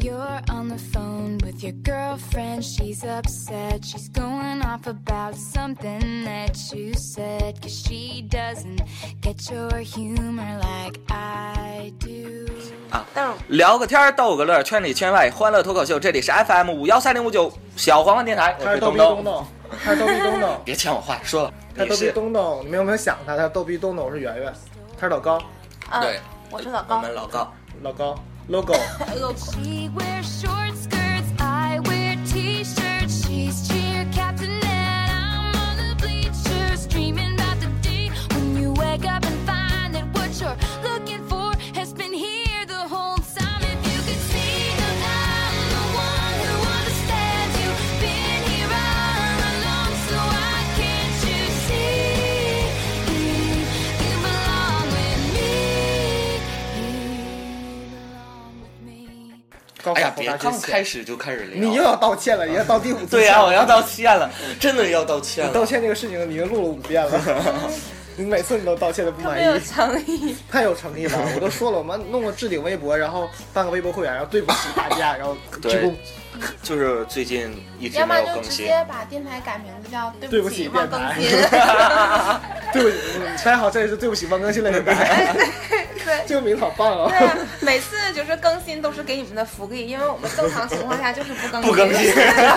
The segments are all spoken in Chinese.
You're on the phone with your girlfriend. She's upset. She's going off about something that you said. Cause she doesn't get your humor like I do. 聊个天逗个乐，圈里圈外欢乐脱口秀。这里是 FM 513.59小黄瓜电台。 他是逗逼东东，他是逗逼东东。 别抢我话说了， 他是逗逼东东，你们有没有想他？他是逗逼东东是圆圆，他是老高。 对， 我是老高。 我们老高。 老高 logo。 She wears short skirts, I wear t-shirts. She's cheer captain and I'm on the bleachers, dreaming about the day when you wake up and find that what you're looking for has been here the whole time. If you could see that I'm the one who understands you, been here all along, so why can't you see you belong with me, you belong with me. 哎呀，别刚开始就开始聊， 你又要道歉了，你要到第5次。 对呀，我要道歉了，真的要道歉了。 道歉这个事情你已经录了5遍了，你每次你都道歉的不满意， 没有诚意， 太有诚意了。我都说了，我们弄个置顶微博，然后办个微博会员，然后对不起大家，然后鞠躬。 就是最近一直要不然没有更新， 就直接把电台改名字叫对不起忘更新。 对不起，大家好，这里是对不起忘更新的电台。 对， 这个名字好棒啊！ 对啊，每次就是更新都是给你们的福利，因为我们正常情况下就是不更新。 不更新。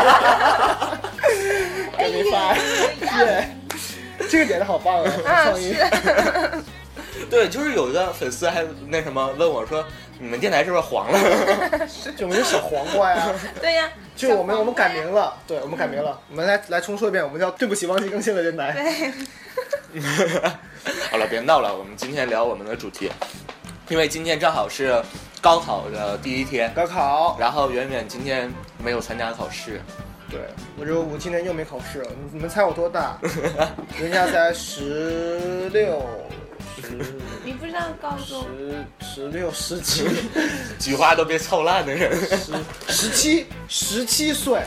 给你发，耶！这个点子好棒啊！创意。 对，就是有一个粉丝还那什么问我说：“你们电台是不是黄了？” 就我们是小黄瓜呀。 对呀， 就我们改名了，对，我们改名了，我们来重说一遍，我们叫对不起忘记更新了电台。 对。 好了，别闹了，我们今天聊我们的主题，因为今天正好是高考的第一天， 高考， 然后远远今天没有参加考试。 对，我今年又没考试，你们猜我多大？人家才16。 你不知道告诉我 16、17， 菊花都别凑烂的人。17岁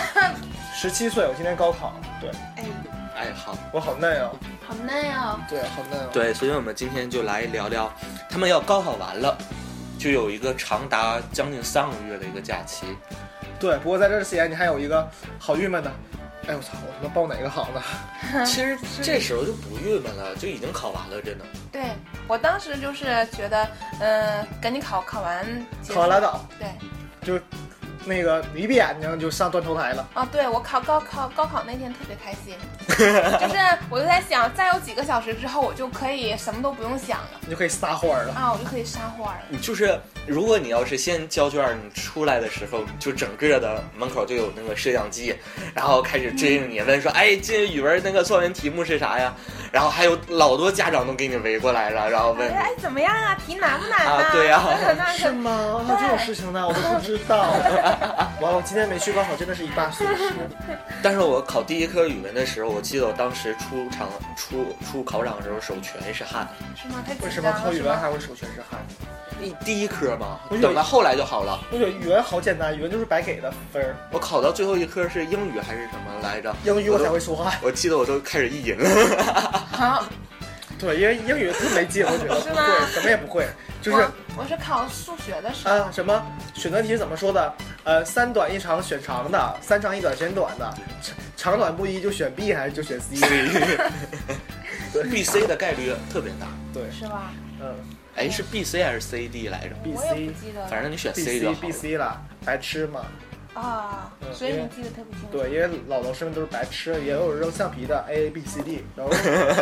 ，17岁，我今年高考，对。 哎，好， 我好嫩哦， 好嫩哦， 对，好嫩哦。 对，所以我们今天就来聊聊，他们要高考完了，就有一个长达将近3个月的一个假期。 对，不过在这之前，你还有一个好郁闷的。哎我操！我他妈报哪个好呢？ 其实这时候就不郁闷了，就已经考完了，真的。 对，我当时就是觉得，赶紧考完拉倒。 对， 就那个一闭眼睛就上断头台了。 哦，对，我高考那天特别开心，就是我就在想，再有几个小时之后，我就可以什么都不用想了， 你就可以撒欢了啊，我就可以撒欢了。 你就是如果你要是先交卷，你出来的时候，就整个的门口就有那个摄像机，然后开始追着你问说，哎，这语文那个作文题目是啥呀？然后还有老多家长都给你围过来了，然后问， 哎，怎么样啊？题难不难啊？对呀， 是吗？还有这种事情呢，我都不知道。完了，我今天没去高考，真的是一败涂地。 但是我考第一科语文的时候，我记得我当时出考场的时候手全是汗。 是吗？ 为什么考语文还会手全是汗？ 第一科嘛，等到后来就好了。 我觉得语文好简单，语文就是白给的分儿。 我考到最后一科是英语还是什么来着？ 英语我才会说话。 我记得我都开始意淫了。 好。 对，因为英语特没劲，我觉得是吗？ 对，什么也不会。就是我是考数学的时候啊，什么选择题怎么说的？3短1长选长的，3长1短选短的，长短不一就选 B 还是就选 C？ 对 ，B C 的概率特别大。 对， 是吧？ 哎，是 B C 还是 C D 来着 ？B C， 反正你选 C 就好了。 B C 了，白痴嘛。 啊，所以你记得特别清楚。 对，因为老师们都是白痴，也有扔橡皮的 A B C D，然后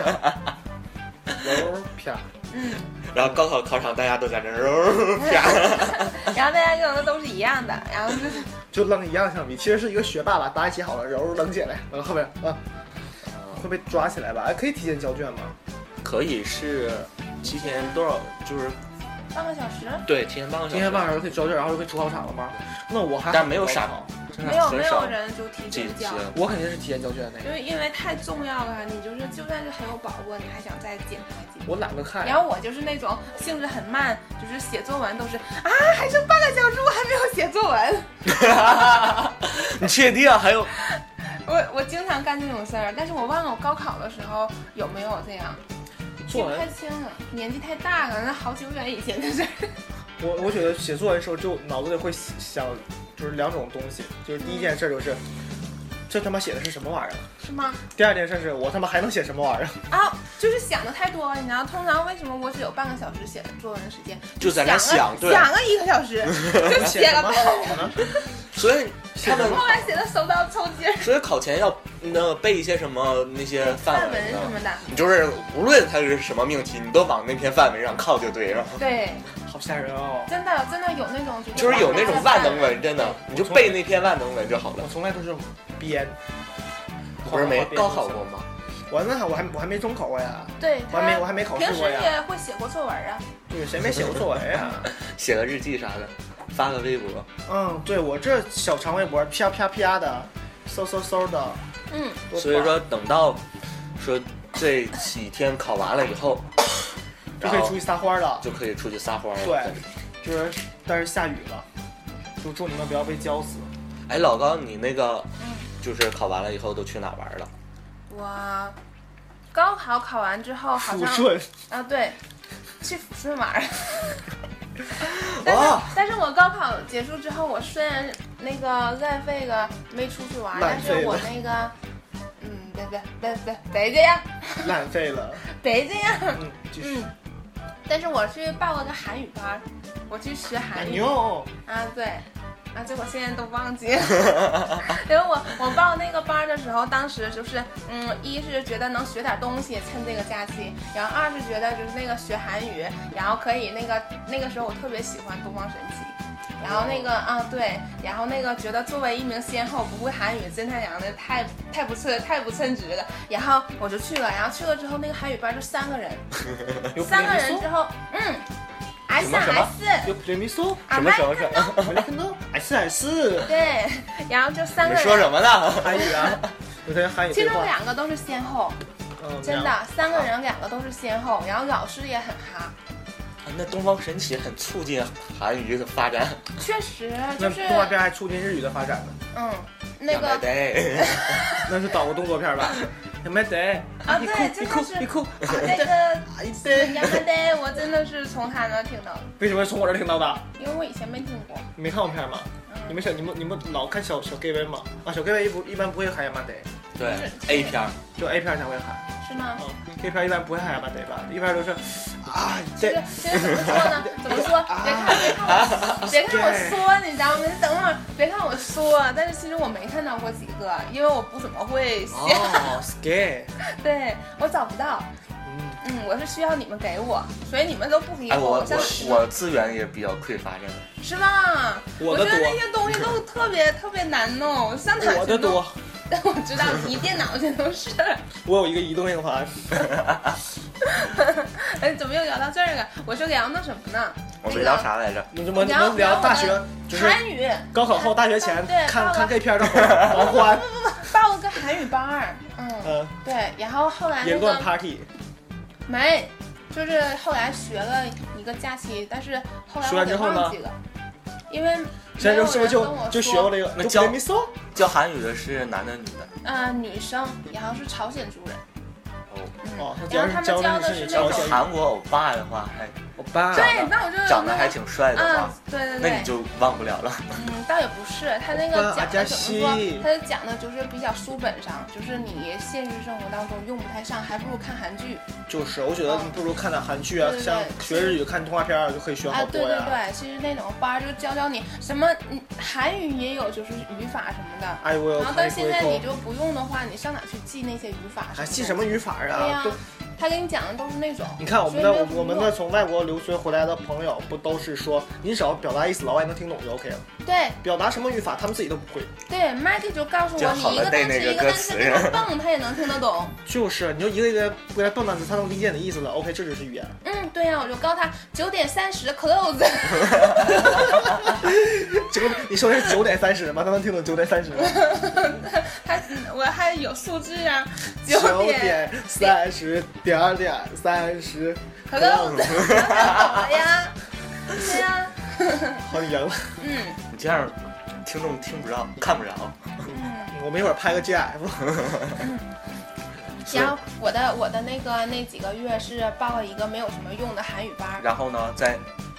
啪。 然后高考考场大家都在那啪， 然后大家用的都是一样的，然后就扔一样橡皮，其实是一个学霸把答案写好了，扔起来，然后后面会被抓起来吧？可以提前交卷吗？ 可以是提前多少？就是半个小时。 对，提前半个小时。 提前半个小时可以交卷，然后就可以出考场了吗？那我还但没有傻， 没有人就提前交。 我肯定是提前交卷那个， 因为太重要了，你就算是很有把握，你还想再检查几遍。 我懒得看。 然后我就是那种性子很慢，就是写作文都是还剩半个小时，我还没有写作文。 你确定还有？ 我经常干这种事儿，但是我忘了我高考的时候有没有这样。记不太清了，年纪太大了，那好久远以前的事儿。 我觉得写作文的时候就脑子里会想，就是2种东西，就是第一件事就是，这他妈写的是什么玩意儿？ 是吗？ 第二件事是我他妈还能写什么玩意儿？ 啊，就是想的太多了，你知道，通常为什么我只有半个小时写作文的时间？ 就在那想，对， 想个1个小时，就写了。 所以他们后来写的手都要抽筋。 所以考前要背一些什么那些范文什么的， 你就是无论它是什么命题，你都往那篇范文上靠就对了。 对， 好吓人哦！ 真的有那种就是有那种万能文，真的，你就背那篇万能文就好了。 我从来都是编。 不是没高考过吗？ 我还没中考过呀。 对， 我还没考试过呀。 平时也会写过作文啊。 对，谁没写过作文呀？ 写个日记啥的，发个微博。 对，我这小长微博啪啪啪的，嗖的。 所以说等到说这几天考完了以后， 就可以出去撒欢了。 就可以出去撒欢了。 对，就是但是下雨了，就祝你们不要被浇死。 哎，老高，你那个就是考完了以后都去哪玩了？ 我高考考完之后好像抚顺啊，对，去抚顺玩。 哇！ 但是我高考结束之后，我虽然那个浪费了没出去玩，但是我那个别这样， 浪费了， 别这样， 继续。 但是我去报了个韩语班，我去学韩语。对。啊，这我现在都忘记了。因为我报那个班的时候，当时就是一是觉得能学点东西，趁这个假期，然后二是觉得就是那个学韩语，然后可以那个时候我特别喜欢东方神起，然后那个对，然后那个觉得作为一名先后不会韩语，真他娘的太不称职了，然后我就去了，然后去了之后那个韩语班就3个人，3个人之后S 有普雷米苏什么S 对，然后就3个人。 你说什么呢？ 韩语啊，我在韩语。 其中2个都是先后，真的3个人2个都是先后，然后老师也很哈。 那东方神起很促进韩语的发展。 确实，就是动画片还促进日语的发展呢。 嗯，那个那是岛国动作片吧？亚麻得啊，对，真的是你哭那个亚麻得，我真的是从他那听到的。 为什么从我这听到的？ 因为我以前没听过。 你没看过片吗？你们老看小 gay 文吗？啊，小 gay 文一般不会喊亚麻得。 对 ，A 片就 A 片才会喊。 是吗 ？K 片一般不会喊亚麻得吧？一般都是这个怎么说呢？怎么说？别看我说，你知道吗？你等会儿别看我说，但是其实我没看到过几个，因为我不怎么会写。 gay。 对，我找不到。我是需要你们给我，所以你们都不给我。 我资源也比较匮乏，真的。 是吧？我觉得那些东西都特别难弄，上哪去弄？ 我的多。 但我知道你电脑这都是。 我有一个移动硬盘。 哎，怎么又聊到这儿了？我说聊那什么呢？ 我们聊啥来着？ 你们聊大学，就是韩语。 高考后大学前看这片的狂欢。 不，报了个韩语班。对，然后后来也乱 party。 没，就是后来学了一个假期，但是后来我给忘记了。因为现在是不是就学过这个？ 那教韩语的是男的女的？ 女生，然后是朝鲜族人。 然后他们教的是那种韩国欧巴的话，还欧巴， 对，那我就长得还挺帅的话， 对， 那你就忘不了了。 倒也不是，他那个讲的怎么说？他讲的就是比较书本上，就是你现实生活当中用不太上，还不如看韩剧。 就是，我觉得不如看点韩剧啊，像学日语看动画片就可以学好多呀。 对，其实那种班就教你什么，韩语也有，就是语法什么的。 哎，我有。 然后但现在你就不用的话，你上哪去记那些语法？ 还记什么语法啊？ 对呀。他给你讲的都是那种。 你看我们的从外国留学回来的朋友，不都是说你只要表达意思，老外能听懂就 OK 了。 对。 表达什么语法，他们自己都不会。 对 ，Maggie 就告诉我，你一个单词一个单词给他蹦，他也能听得懂。 就是，你就一个一个给他蹦单词，他能理解你的意思了。OK， 这就是语言。 对呀，我就告诉他9:30 close。 你说的是9:30吗？他能听懂9:30吗？ 我还有数字啊 ，9:30，点30。 close， 好呀，对呀。 好，你赢了。 你这样，听众听不着，看不着。 我们一会儿拍个 GIF。 然后我的那几个月是报了一个没有什么用的韩语班。 然后呢，在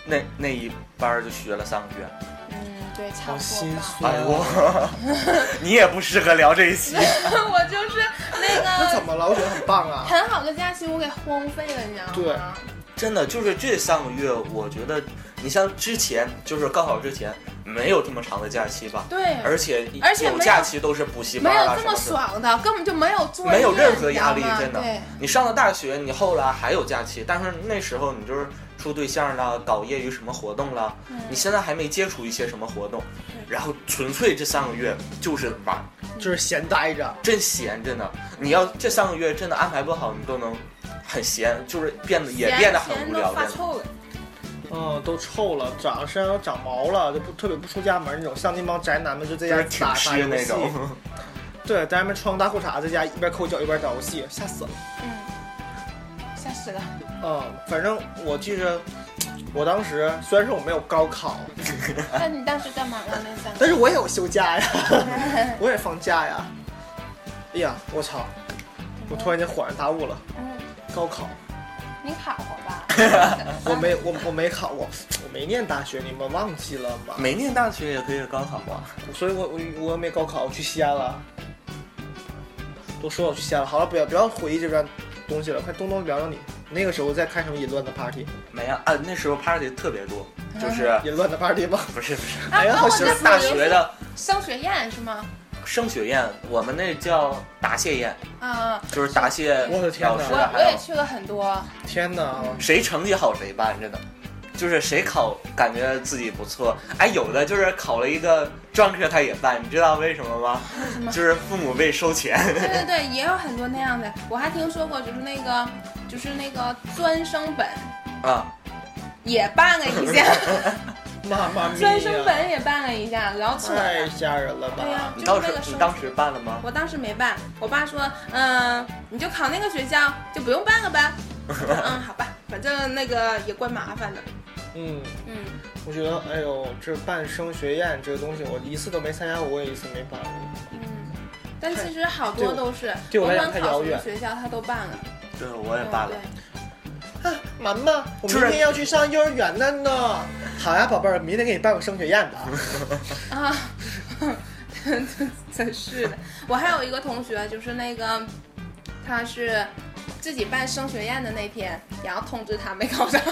那一班就学了3个月。 对，差不多。 好心酸。 哎呦，你也不适合聊这一期。 我就是那个。 那怎么了？我觉得很棒啊。 很好的假期我给荒废了，你知道吗？ 对。 真的就是这3个月，我觉得你像之前就是高考之前没有这么长的假期吧？ 对， 而且有假期都是补习班没有这么爽的，根本就没有作业， 没有任何压力，真的。 对， 你上了大学，你后来还有假期，但是那时候你就是处对象了，搞业余什么活动了，你现在还没接触一些什么活动，然后纯粹这3个月就是玩， 就是闲待着， 真闲，真的。你要这3个月真的安排不好，你都能。很闲，就是变得很无聊， 发臭了。 都臭了，身上长毛了，就特别不出家门那种，像那帮宅男们就在家打游戏那种。对，宅男们穿大裤衩在家一边抠脚一边打游戏，吓死了。 吓死了。 反正我记着，我当时虽然说我没有高考， 那你当时干嘛了那3个月？ 但是我也有休假呀，我也放假呀。哎呀，我操！我突然间恍然大悟了。高考， 你考过吧？ 我没考过，我没念大学，你们忘记了吗？ 没念大学也可以高考啊， 所以我没高考，我去西安了。都说我去西安了，好了，不要回忆这段东西了，快东聊聊你那个时候在开什么淫乱的 party？ 没啊，那时候 party 特别多，就是淫乱的 party 吗？ 不是， 哎呀，好就是大学的升学宴是吗？ 升学宴，我们那叫答谢宴啊， 就是答谢老师。 我也去了很多。 天哪， 谁成绩好谁办，真的，就是谁考感觉自己不错，哎，有的就是考了一个专科他也办，你知道为什么吗？ 为什么？ 就是父母辈收钱。 对，也有很多那样的，我还听说过，就是那个专升本啊， 也办了一下。 妈妈咪呀！ 专升本也办了一下，然后太吓人了吧？ 对呀， 你当时办了吗？ 我当时没办，我爸说，你就考那个学校，就不用办了吧。好吧，反正那个也怪麻烦的。 我觉得，哎呦，这办升学宴这个东西，我一次都没参加过，我也一次没办过。 但其实好多都是， 对我来讲太遥远。 学校他都办了。 对，我也办了。 妈妈，我明天要去上幼儿园了呢。好呀，宝贝儿，明天给你办个升学宴吧。 啊，真是的。我还有一个同学，就是那个，他是自己办升学宴的那天，然后通知他没考上。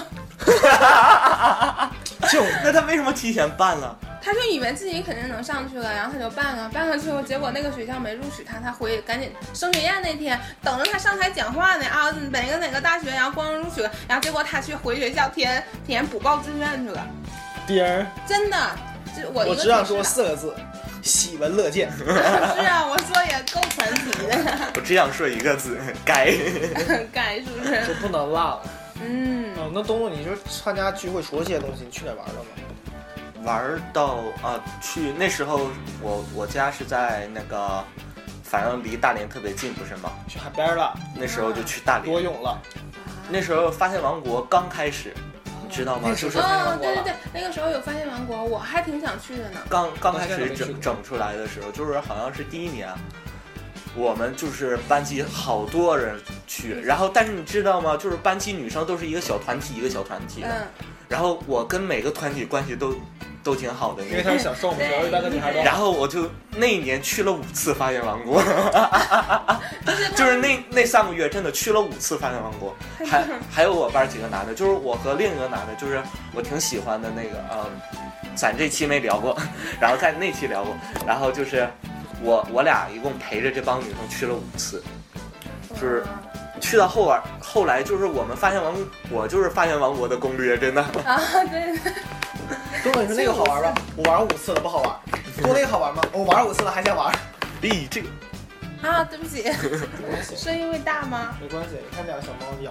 那他为什么提前办了？ 他就以为自己肯定能上去了，然后他就办了之后，结果那个学校没录取他，他赶紧升学宴那天等着他上台讲话呢啊，哪个大学，然后光录取了，然后结果他去回学校填补报志愿去了。真的，就我只想说4个字：喜闻乐见。 是啊，我说也够传奇的。 我只想说1个字：该。 该是不是？ 就不能浪。那东东，你就参加聚会，除了这些东西，你去哪玩了吗？ 玩到去那时候我家是在那个，反正离大连特别近，不是吗？ 去海边了。 那时候就去大连多泳了。 那时候发现王国刚开始，你知道吗？就是对，那个时候有发现王国，我还挺想去的呢。 刚开始整出来的时候，就是好像是第1年。我们就是班级好多人去，然后但是你知道吗？就是班级女生都是一个小团体的，然后我跟每个团体关系都挺好的， 因为他是想瘦嘛，一般的女孩都。 然后我就那一年去了5次发现王国，就是那3个月真的去了5次发现王国，还有我班几个男的，就是我和另一个男的，就是我挺喜欢的那个，咱这期没聊过，然后在那期聊过，然后就是我俩一共陪着这帮女生去了5次，就是去到后来就是我就是发现王国的攻略，真的啊，对。 东东，你说那个好玩吧？我玩5次了，不好玩。多那个好玩吗？我玩5次了，还想玩。 这个啊，对不起，声音会大吗？ 没关系，你看2个小猫咬。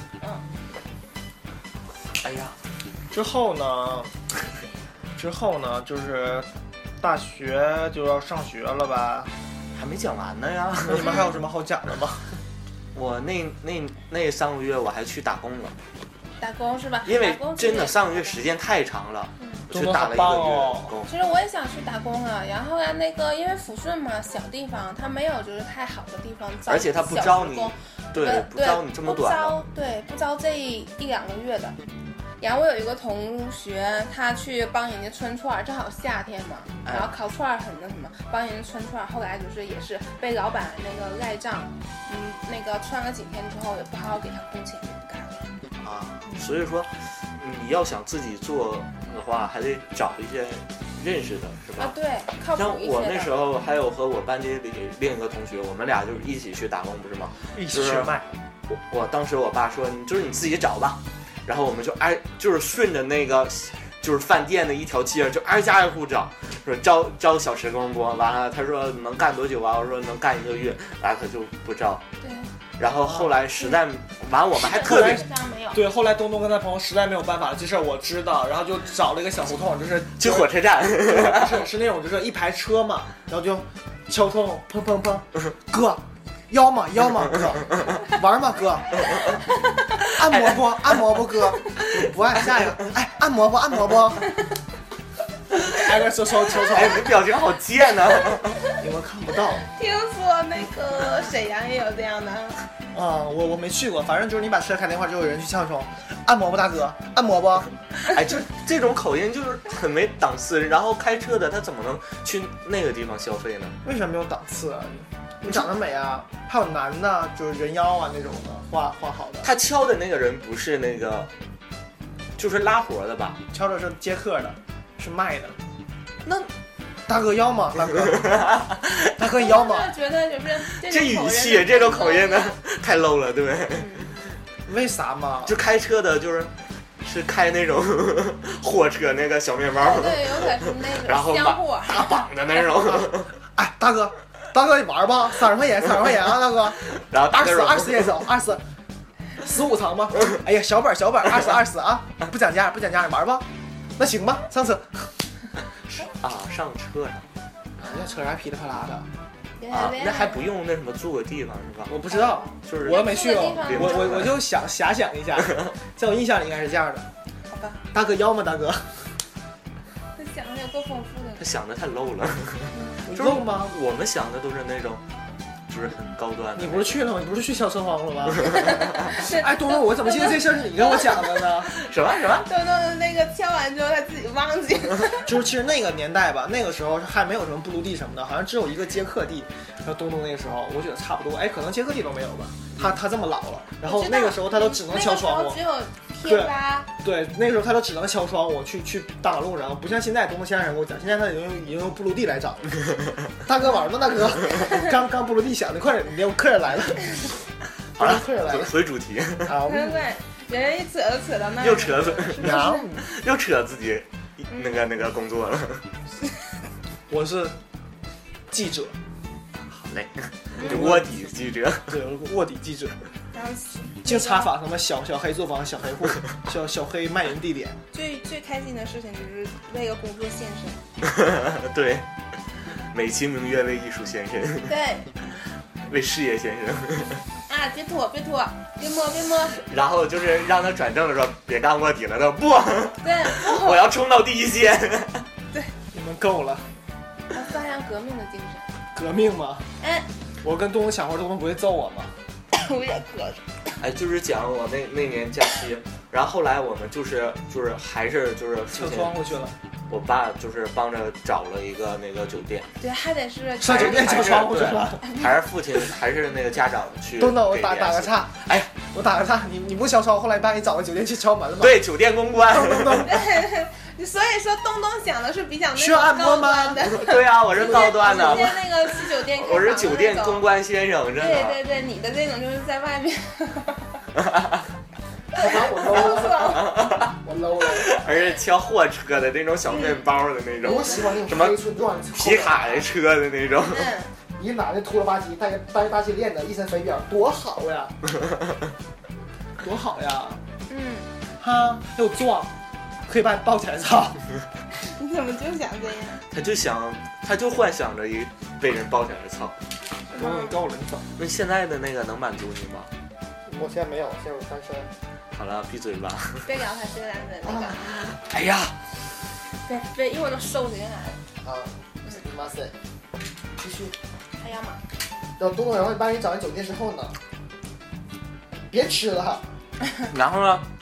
哎呀， 之后呢，就是大学就要上学了吧？ 还没讲完呢呀。 你们还有什么好讲的吗？ 我那3个月我还去打工了。 打工是吧？ 因为真的3个月时间太长了，去打了1个月工。 其实我也想去打工啊，然后呀，那个因为抚顺嘛，小地方，它没有就是太好的地方招， 而且它不招你，对，不招你这么短， 不招这1-2个月的。 然后我有一个同学，他去帮人家穿串，正好夏天嘛，然后烤串很那什么，帮人家穿串，后来就是也是被老板那个赖账，那个穿了几天之后也不好好给他工钱，就不干了。 啊，所以说你要想自己做的话，还得找一些认识的，是吧？ 啊，对，靠谱一些的。 像我那时候还有和我班级里另一个同学，我们俩就是一起去打工，不是吗？ 一起去卖。 我当时我爸说，你自己找吧，然后我们就就是顺着那个就是饭店的一条街，就挨家挨户找，说招小时工不？完了他说能干多久啊？我说能干1个月，完了他就不招。 对。 然后后来实在完，我们还特别对，后来东东跟他朋友实在没有办法了，这事儿我知道，然后就找了一个小胡同，就是去火车站， 是那种就是一排车嘛，然后就敲窗，砰砰砰，哥，要吗哥，玩吗哥，按摩不哥，不按下一个，哎，按摩不，挨个敲窗， 哎，你表情好贱呢， 你们看不到。 听说那个沈阳也有这样的。 啊，我没去过，反正就是你把车开电话，就有人去敲窗，按摩不大哥，按摩不？ 哎，这种口音就是很没档次，然后开车的他怎么能去那个地方消费呢？ 为什么没有档次啊？你长得美啊，还有男的就是人妖啊那种的，画好的。 他敲的那个人不是那个，就是拉活的吧？ 敲的是接客的，是卖的。 那大哥要吗？大哥要吗？ 我觉得就是这语气这种口音呢，太 low 了，对不对？ 为啥嘛？ 就开车的是开那种货车那个小面包， 对，有点是那个然后大绑的那种。 哎，大哥你玩吧，30块钱啊，大哥。 然后 20也走，15层吗？哎呀，小本20啊，不讲价，你玩吧。那行吧，上车。 啊，上车上， 那车还噼里啪啦的。 啊，那还不用那什么租个地方是吧？ 我不知道， 就是我没去过，我就遐想一下，在我印象里应该是这样的。 好吧， 大哥要吗？大哥， 他想的有够丰富的。 他想的太 low 了 ，low 吗？ 我们想的都是那种，就是很高端的。 你不是去了吗？你不是去敲车荒了吗？哎，东东，我怎么记得这事儿是你跟我讲的呢？ 什么？ 东东的那个敲完之后他自己忘记了。 就是其实那个年代吧，那个时候还没有什么布鲁地什么的，好像只有一个接客地。然后东东那个时候，我觉得差不多，哎，可能接客地都没有吧。他这么老了，然后那个时候他都只能敲窗户。 只有贴吧。 对，那个时候他都只能敲窗户去大马路上，不像现在东东先生跟我讲，现在他已经用布鲁地来找了。大哥玩吗？大哥，刚布鲁地响的，快点，你有客人来了。 好了，客人来了，回主题。 好，对，人一扯到那， 又扯自己那个工作了。 我是记者。 好嘞，卧底记者。 对，卧底记者。净查访什么小黑作坊、小黑户、小黑卖淫地点。 最开心的事情就是为了工作献身。 对，美其名曰为艺术献身。 对， 为事业献身。 啊！别拖，别摸。 然后就是让他转正的时候，别干卧底了，他不。 对， 我要冲到第一线。 对， 你们够了。 发扬革命的精神。 革命吗？ 哎， 我跟东东抢活，东东不会揍我吗？ 我也磕着。 哎，就是讲我那年假期，然后后来我们就是还是敲窗户去了。 我爸就是帮着找了一个那个酒店。 对，还得是上酒店敲窗户去了。 还是父亲还是那个家长去。 东东，我打个岔。哎，我打个岔，你不敲窗户，后来你爸给你找个酒店去敲门了吗？ 对，酒店公关。 所以说东东想的是比较需要按摩吗？ 对啊，我是高端的。 今天那个去酒店， 我是酒店公关先生，真的。 对，你的这种就是在外面。 我 low 了。 而且敲货车的那种小面包的那种， 我喜欢那种什么皮卡的车的那种。 一男的秃了吧唧，带大金链子，一身肥膘，多好呀！多好呀！哈，又壮，可以把你抱起来操。 你怎么就想这样？ 他就幻想着被人抱起来操。 你够了，你走。 那现在的那个能满足你吗？ 我现在没有，现在我单身。 好了，闭嘴吧。 别聊他这个男的那个。 哎呀， 别，一会儿都收起来了。 啊，妈塞，继续。 哎呀妈！ 然后东东，然后把你找进酒店之后呢，别吃了。 然后呢？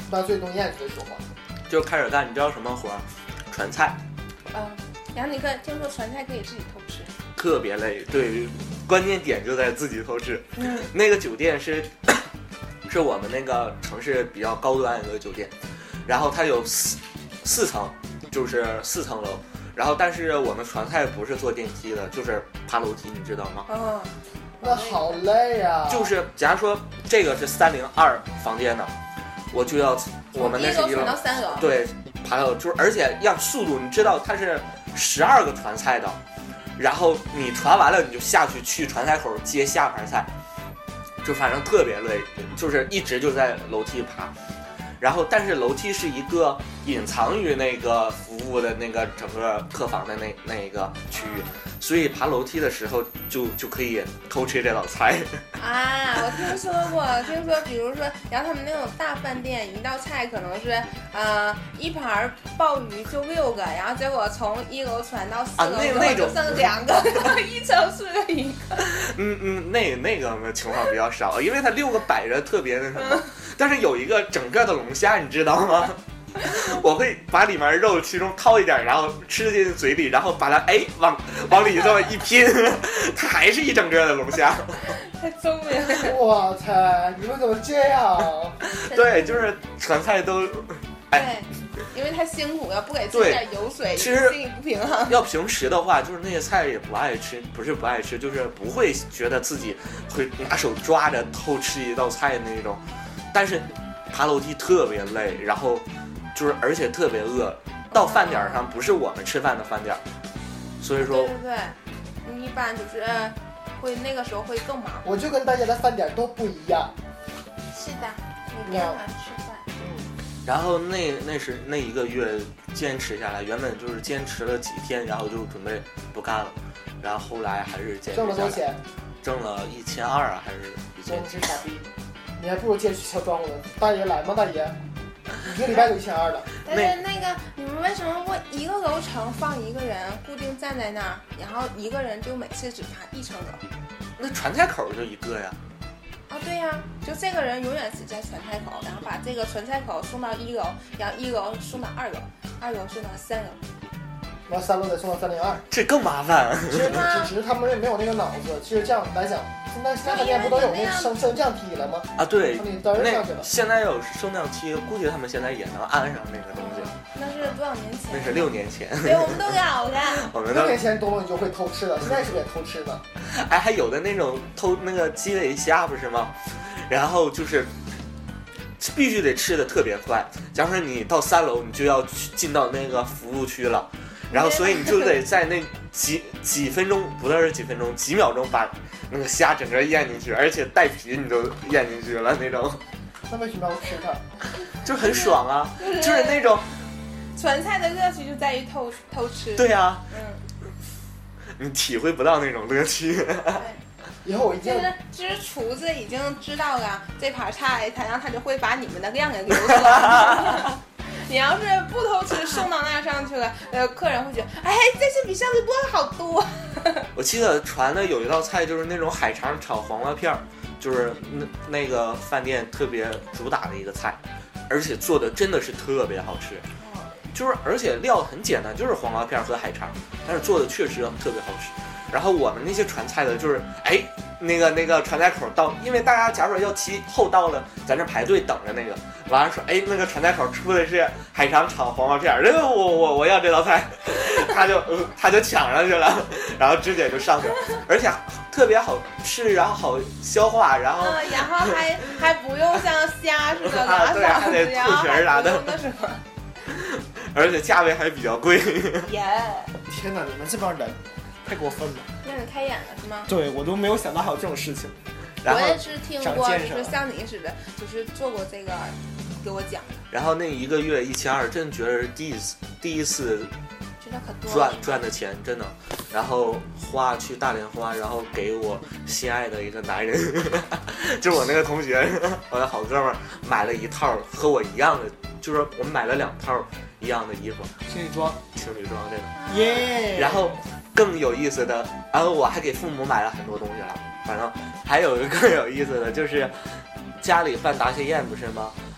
那最东燕是说话， 就开始干，你知道什么活？传菜。 然后你可以听说传菜可以自己偷吃， 特别累。对，关键点就在自己偷吃。那个酒店是我们那个城市比较高端的一个酒店，然后它有四层，就是4层楼。然后但是我们传菜不是坐电梯的，就是爬楼梯，你知道吗？ 那好累啊！ 就是假如说这个是302房间的，我就要我们那是1楼传到3楼， 对，爬到就是而且要速度，你知道它是12个传菜的，然后你传完了你就下去传菜口接下盘菜，就反正特别累，就是一直就在楼梯爬。然后但是楼梯是一个隐藏于那个服务的那个整个客房的那一个区域，所以爬楼梯的时候就可以偷吃这道菜啊。我听说过，比如说，然后他们那种大饭店一道菜可能是一盘鲍鱼就6个，然后结果从1楼传到4楼， 那种就剩2个，一层是个1个。 那个情况比较少，因为它6个摆着特别那什么。但是有一个整个的龙虾，你知道吗？我会把里面肉其中掏一点，然后吃进嘴里，然后把它往里这么一拼，它还是一整个的龙虾。 太聪明了！ 哇塞，你们怎么这样？ 对，就是传菜都， 对，因为太辛苦了，不给自己点油水， 其实心里不平衡。 要平时的话，就是那些菜也不爱吃，不是不爱吃，就是不会觉得自己会拿手抓着偷吃一道菜那种。但是爬楼梯特别累，然后就是而且特别饿，到饭点上不是我们吃饭的饭点，所以说对，你一般就是会那个时候会更忙。 我就跟大家的饭点都不一样。 是的，你别晚吃饭。 然后那一个月坚持下来，原本就是坚持了几天，然后就准备不干了，然后后来还是坚持下来。 挣了多少钱？ 挣了1200啊，还是真是傻逼！你还不如坚持小庄户呢。大爷来吗？大爷，1个礼拜就1200了。 但是那个你们为什么会一个楼层放一个人固定站在那儿，然后一个人就每次只爬1层楼？ 那传菜口就一个呀。 对呀，就这个人永远只在传菜口，然后把这个传菜口送到1楼，然后1楼送到2楼，2楼送到3楼， 然后3楼再送到302。 这更麻烦。 只是他们也没有那个脑子。其实这样来讲，现在大饭店不都有那个升降梯了吗？ 对， 那现在有升降梯，估计他们现在也能安上那个东西。 那是多少年前？ 那是6年前。 对，我们都搞的。 我们都 6年前多了你就会偷吃了，现在是不是也偷吃呢？ 还有的那种偷那个鸡尾虾不是吗？然后就是必须得吃的特别快。假如说你到3楼，你就要进到那个服务区了。然后所以你就得在那几分钟，不但是几分钟，几秒钟把那个虾整个咽进去，而且带皮你都咽进去了那种。 那为什么要吃它？ 就很爽啊，就是那种传菜的乐趣就在于偷吃。 对啊，你体会不到那种乐趣。 以后我一定就是厨子已经知道了这盘菜，然后他就会把你们的量给留出来。你要是不偷吃送到那上去了，客人会觉得，这次比上次多了好多。 我记得传的有一道菜就是那种海肠炒黄瓜片儿，就是那个饭店特别主打的一个菜，而且做的真的是特别好吃。就是而且料很简单，就是黄瓜片和海肠，但是做的确实特别好吃。然后我们那些传菜的就是那个传菜口到，因为大家假如说要骑后到了，在那排队等着那个，完了说那个传菜口出的是海肠炒黄瓜片，我要这道菜，他就抢上去了，然后直接就上去了，而且特别好吃，然后好消化，然后还不用像虾似的拉对，还得吐皮啥的， 那什么， 而且价位还比较贵。 天哪，你们这帮人太过分了！ 让你开眼了是吗？ 对，我都没有想到还有这种事情。 我也是听过，就是像你似的，就是做过这个，给我讲。 然后那1个月1200，真觉得是第一次赚的钱，真的。然后去大莲花，然后给我心爱的一个男人，就是我那个同学，我的好哥们儿，买了一套和我一样的，就是我们买了2套一样的衣服，情侣装这个耶。然后更有意思的，然后我还给父母买了很多东西了。反正还有一个更有意思的，就是家里办答谢宴不是吗？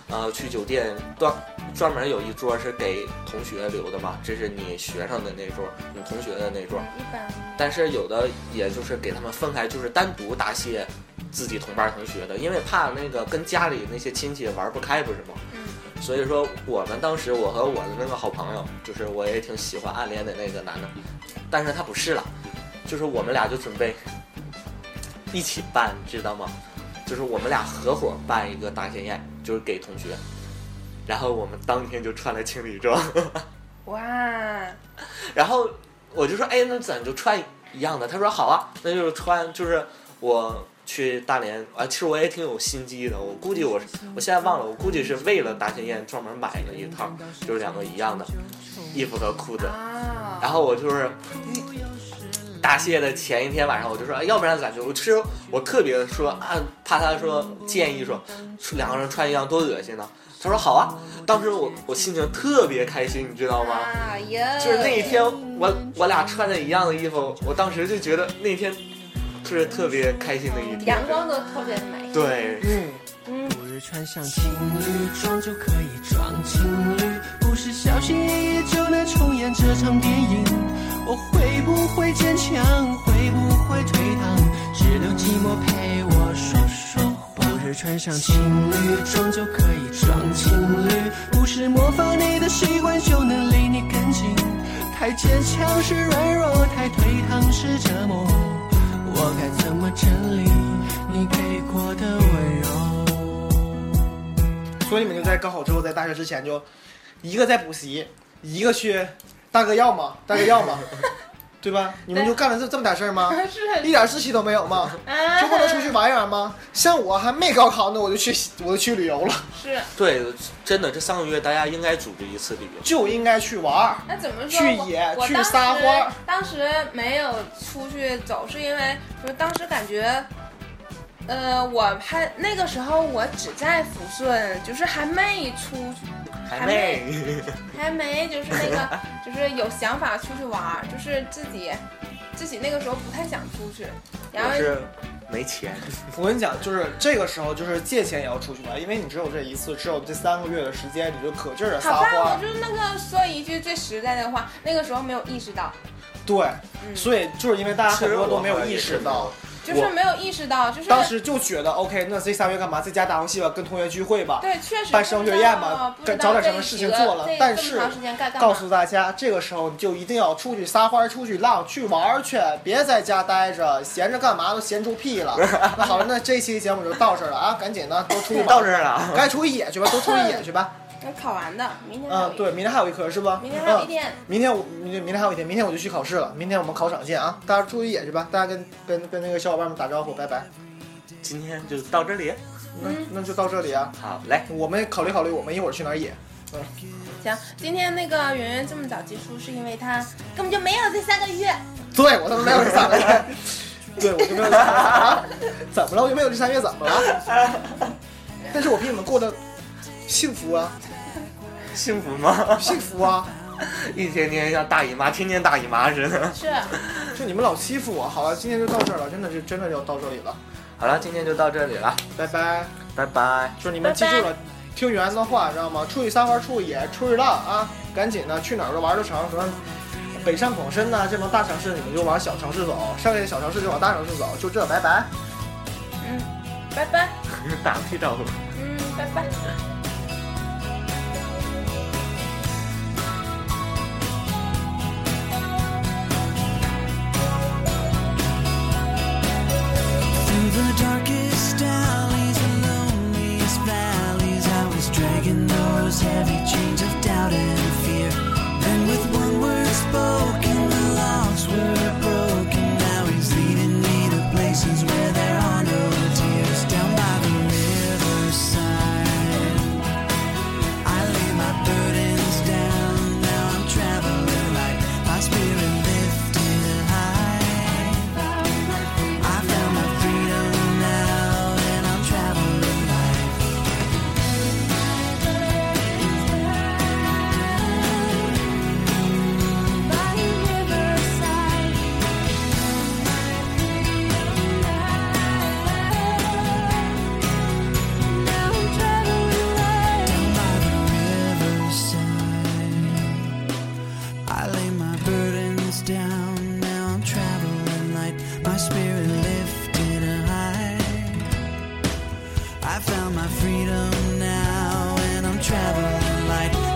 去酒店专门有一桌是给同学留的嘛，这是你学生的那桌，你同学的那桌。 一般。但是有的也就是给他们分开，就是单独答谢自己同班同学的，因为怕那个跟家里那些亲戚玩不开，不是吗？所以说我们当时我和我的那个好朋友，就是我也挺喜欢暗恋的那个男的，但是他不是了，就是我们俩就准备一起办，知道吗？就是我们俩合伙办一个大仙宴，就是给同学，然后我们当天就穿了情侣装。 哇！ 然后我就说，哎，那咱就穿一样的。他说好啊，那就穿，就是我去大连啊，其实我也挺有心机的，我估计我现在忘了，我估计是为了大仙宴专门买了一套，就是2个一样的衣服和裤子。然后我就是大谢的前一天晚上，我就说，要不然咱就，其实我特别说啊，怕他说建议说2个人穿一样多恶心呢。他说好啊，当时我心情特别开心，你知道吗？就是那一天我俩穿的一样的衣服，我当时就觉得那天就是特别开心的一天， 阳光都特别美。 对， 不是穿上情侣装就可以装情侣，不是小心翼翼就能重演这场电影。我会不会坚强，会不会退堂，只留寂寞陪我说说话。不是穿上情侣装就可以装情侣，不是模仿你的习惯就能离你更近。太坚强是软弱，太退堂是折磨，我该怎么整理你给过的温柔？ 所以你们就在高考之后，在大学之前就一个在补习，一个去大哥要吗？对吧？你们就干了这么点事儿吗？一点志气都没有吗？就不能出去玩玩吗？像我还没高考呢，我就去旅游了。 是， 对，真的这3个月大家应该组织一次旅游， 就应该去玩。 那怎么说？ 去野，去撒花。 当时没有出去走，是因为就是当时感觉。我还那个时候我只在抚顺，就是还没出去，还没就是那个就是有想法出去玩，就是自己那个时候不太想出去，然后是没钱。 我跟你讲，就是这个时候就是借钱也要出去玩，因为你只有这一次，只有这3个月的时间，你就可劲儿的撒花。 好吧，我就那个说一句最实在的话，那个时候没有意识到。 对，所以就是因为大家很多都没有意识到。 就是没有意识到，就是当时就觉得 OK， 那这3月干嘛？在家打游戏吧，跟同学聚会吧， 对，确实办升学宴吧，找点什么事情做了。但是告诉大家，这个时候你就一定要出去撒欢，出去浪，去玩去，别在家待着，闲着干嘛都闲出屁了。那好了，那这期节目就到这儿了啊，赶紧的都出去到这儿了， 赶紧出去野去吧，都出去野去吧。 考完的，明天对，明天还有一科是吧？ 明天还有一天。 明天还有一天，明天我就去考试了。明天我们考场见啊！大家出去野去吧，大家跟那个小伙伴们打招呼，拜拜。 今天就到这里， 那就到这里啊。 好嘞， 我们考虑，我们一会儿去哪儿野。 行，今天那个圆圆这么早结束，是因为他根本就没有这3个月。 对，我他妈没有这3个月。对，我就没有这3个月啊？怎么了？我就没有这3个月，怎么了？但是我比你们过得幸福啊。 幸福吗？ 幸福啊！ 一天天像大姨妈，天天大姨妈似的。 是， 就你们老欺负我。好了，今天就到这儿了，真的就到这里了。 好了，今天就到这里了， 拜拜， 拜拜。 就是你们记住了，听圆的话，知道吗？出去撒欢，出去野，出去浪啊！赶紧的，去哪儿都玩得成。什么北上广深呐，这帮大城市你们就往小城市走，剩下的小城市就往大城市走。就这，拜拜。 拜拜。 打不起招呼。 拜拜。 The darkest alleys and loneliest valleys, I was dragging those heavy chains of doubt and fear. Then with one word spoken, the locks were broken. Now he's leading me to places where there are no tears. Down by the riverside, I lay my burdens down. Now I'm traveling light, my spirit lifted high. I found my freedom now, and I'm traveling life. freedom now, and I'm traveling light.